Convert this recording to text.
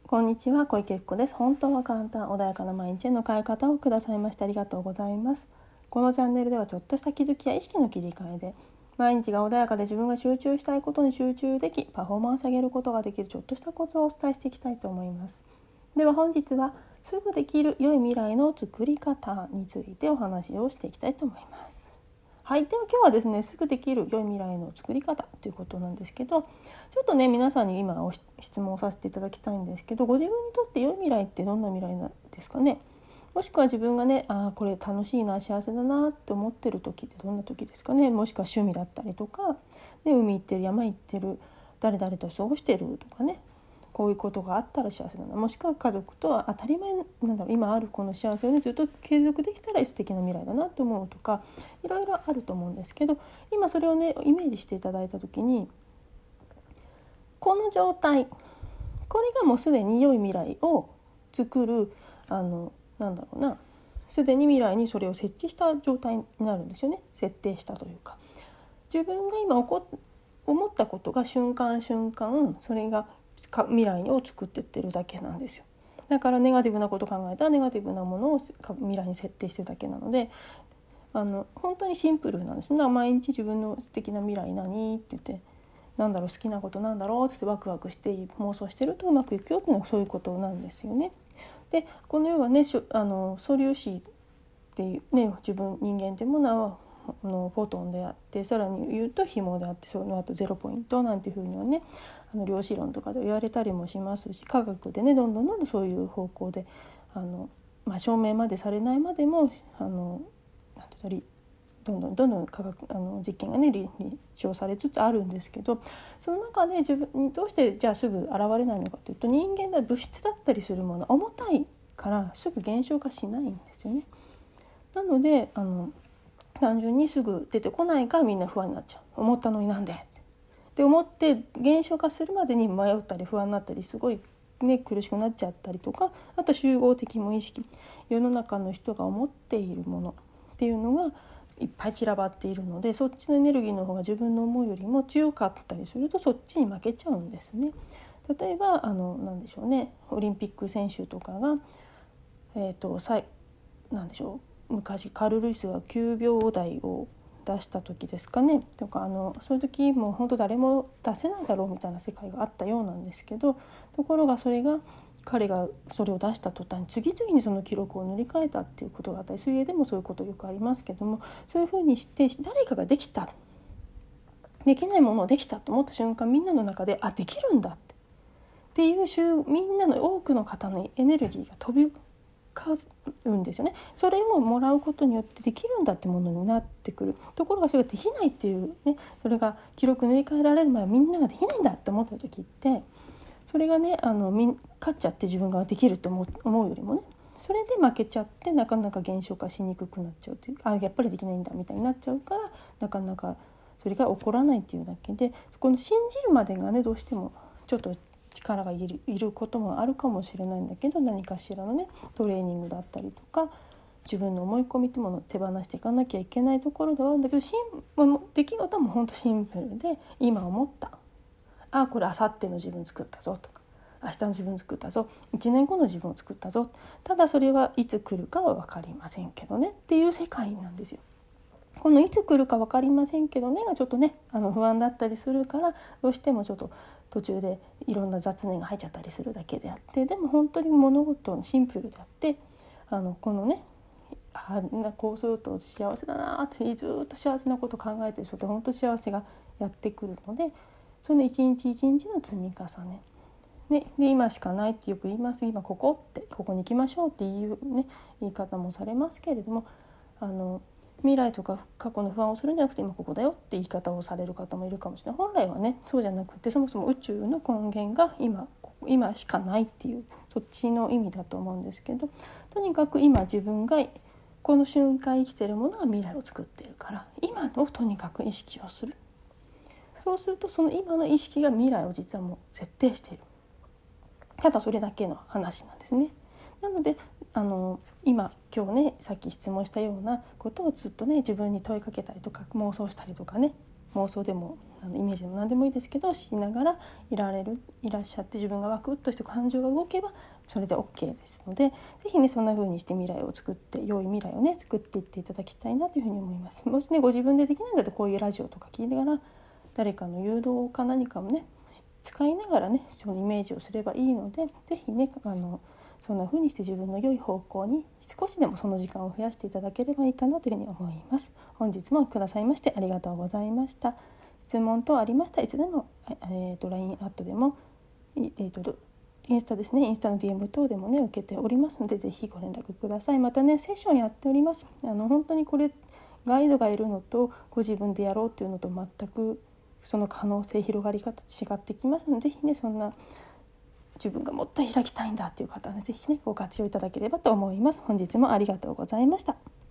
こんにちは、小池子です。本当は簡単、穏やかな毎日への変え方をくださいましてありがとうございます。このチャンネルではちょっとした気づきや意識の切り替えで毎日が穏やかで自分が集中したいことに集中できパフォーマンス上げることができるちょっとしたコツをお伝えしていきたいと思います。では本日はすぐできる良い未来の作り方についてお話をしていきたいと思います。はい、では今日はですね、すぐできる良い未来の作り方ということなんですけど、ちょっとね皆さんに今質問をさせていただきたいんですけど、ご自分にとって良い未来ってどんな未来なんですかね。もしくは自分がね、これ楽しいな、幸せだなって思ってる時ってどんな時ですかね。もしくは趣味だったりとか、ね、海行ってる、山行ってる、誰々と過ごしてるとかね、こういうことがあったら幸せだな、もしくは家族とは当たり前今あるこの幸せをねずっと継続できたら素敵な未来だなと思うとか、いろいろあると思うんですけど、今それをねイメージしていただいた時に、この状態、これがもうすでに良い未来を作るすでに未来にそれを設置した状態になるんですよね。設定したというか、自分が今思ったことが瞬間瞬間それが未来を作っていってるだけなんですよ。だからネガティブなことを考えたらネガティブなものを未来に設定してるだけなので、本当にシンプルなんです。だから毎日自分の素敵な未来何って言って、好きなことなんだろうってワクワクして妄想してるとうまくいくよっていうのはそういうことなんですよね。でこの世はね素粒子っていうね、人間っていうものはフォトンであって、さらに言うと紐であって、その後ゼロポイントなんていうふうにはね量子論とかで言われたりもしますし、科学でねどんどんそういう方向で証明までされないまでもどんどん科学実験がね立証されつつあるんですけど、その中で自分にどうしてじゃあすぐ現れないのかというと、人間は物質だったりするもの重たいからすぐ現象化しないんですよね。なので単純にすぐ出てこないからみんな不安になっちゃう。思ったのになんでって思って現象化するまでに迷ったり不安になったり、すごいね苦しくなっちゃったりとか、あと集合的無意識、世の中の人が思っているものっていうのがいっぱい散らばっているので、そっちのエネルギーの方が自分の思いよりも強かったりするとそっちに負けちゃうんですね。例えばオリンピック選手とかが昔カルロスが9秒台を出した時ですかねとか、そういう時もう本当誰も出せないだろうみたいな世界があったようなんですけど、ところが彼がそれを出した途端に次々にその記録を塗り替えたっていうことがあったり、水泳でもそういうことよくありますけども、そういうふうにして誰かができた、できないものをできたと思った瞬間、みんなの中でできるんだっていうみんなの多くの方のエネルギーが飛び交うんですよね。それをもらうことによってできるんだってものになってくる。ところがそれができないっていうね、それが記録塗り替えられる前はみんなができないんだって思った時って、それがね勝っちゃって自分ができると思うよりもね、それで負けちゃってなかなか現象化しにくくなっちゃうという、やっぱりできないんだみたいになっちゃうから、なかなかそれが起こらないっていうだけで、この信じるまでがねどうしてもちょっと力がいることもあるかもしれないんだけど、何かしらのねトレーニングだったりとか、自分の思い込みってものを手放していかなきゃいけないところではあるんだけど、出来事も本当シンプルで、今思ったこれ明後日の自分作ったぞとか、明日の自分作ったぞ、1年後の自分を作ったぞ、ただそれはいつ来るかは分かりませんけどねっていう世界なんですよ。このいつ来るか分かりませんけどねがちょっとね不安だったりするから、どうしてもちょっと途中でいろんな雑念が入っちゃったりするだけであって、でも本当に物事のシンプルであって、このねこうすると幸せだなってずっと幸せなことを考えてる人って本当幸せがやってくるので、その一日一日の積み重ね、で今しかないってよく言います。今ここに行きましょうっていうね言い方もされますけれども、未来とか過去の不安をするんじゃなくて今ここだよって言い方をされる方もいるかもしれない。本来はねそうじゃなくて、そもそも宇宙の根源が今しかないっていうそっちの意味だと思うんですけど、とにかく今自分がこの瞬間生きてるものが未来を作ってるから、今をとにかく意識をする。そうするとその今の意識が未来を実はもう設定している。ただそれだけの話なんですね。なので今日ねさっき質問したようなことをずっとね自分に問いかけたりとか妄想したりとかね、 妄想でもイメージでも何でもいいですけどしながらいらっしゃって、自分がワクッとして感情が動けばそれで OK ですので、ぜひねそんな風にして未来を作って、良い未来をね作っていっていただきたいなというふうに思います。もしねご自分でできないんだったらこういうラジオとか聞いながら誰かの誘導か何かもね使いながらねそのイメージをすればいいので、ぜひねそんな風にして自分の良い方向に少しでもその時間を増やしていただければいいかなというふうに思います。本日もくださいましてありがとうございました。質問等ありましたらいつでも、LINE アットでも、インスタですね、インスタの DM 等でもね受けておりますので、ぜひご連絡ください。またねセッションやっております。本当にこれガイドがいるのとご自分でやろうっていうのと全くその可能性広がり方違ってきますので、ぜひねそんな自分がもっと開きたいんだっていう方は、ね、ぜひねご活用いただければと思います。本日もありがとうございました。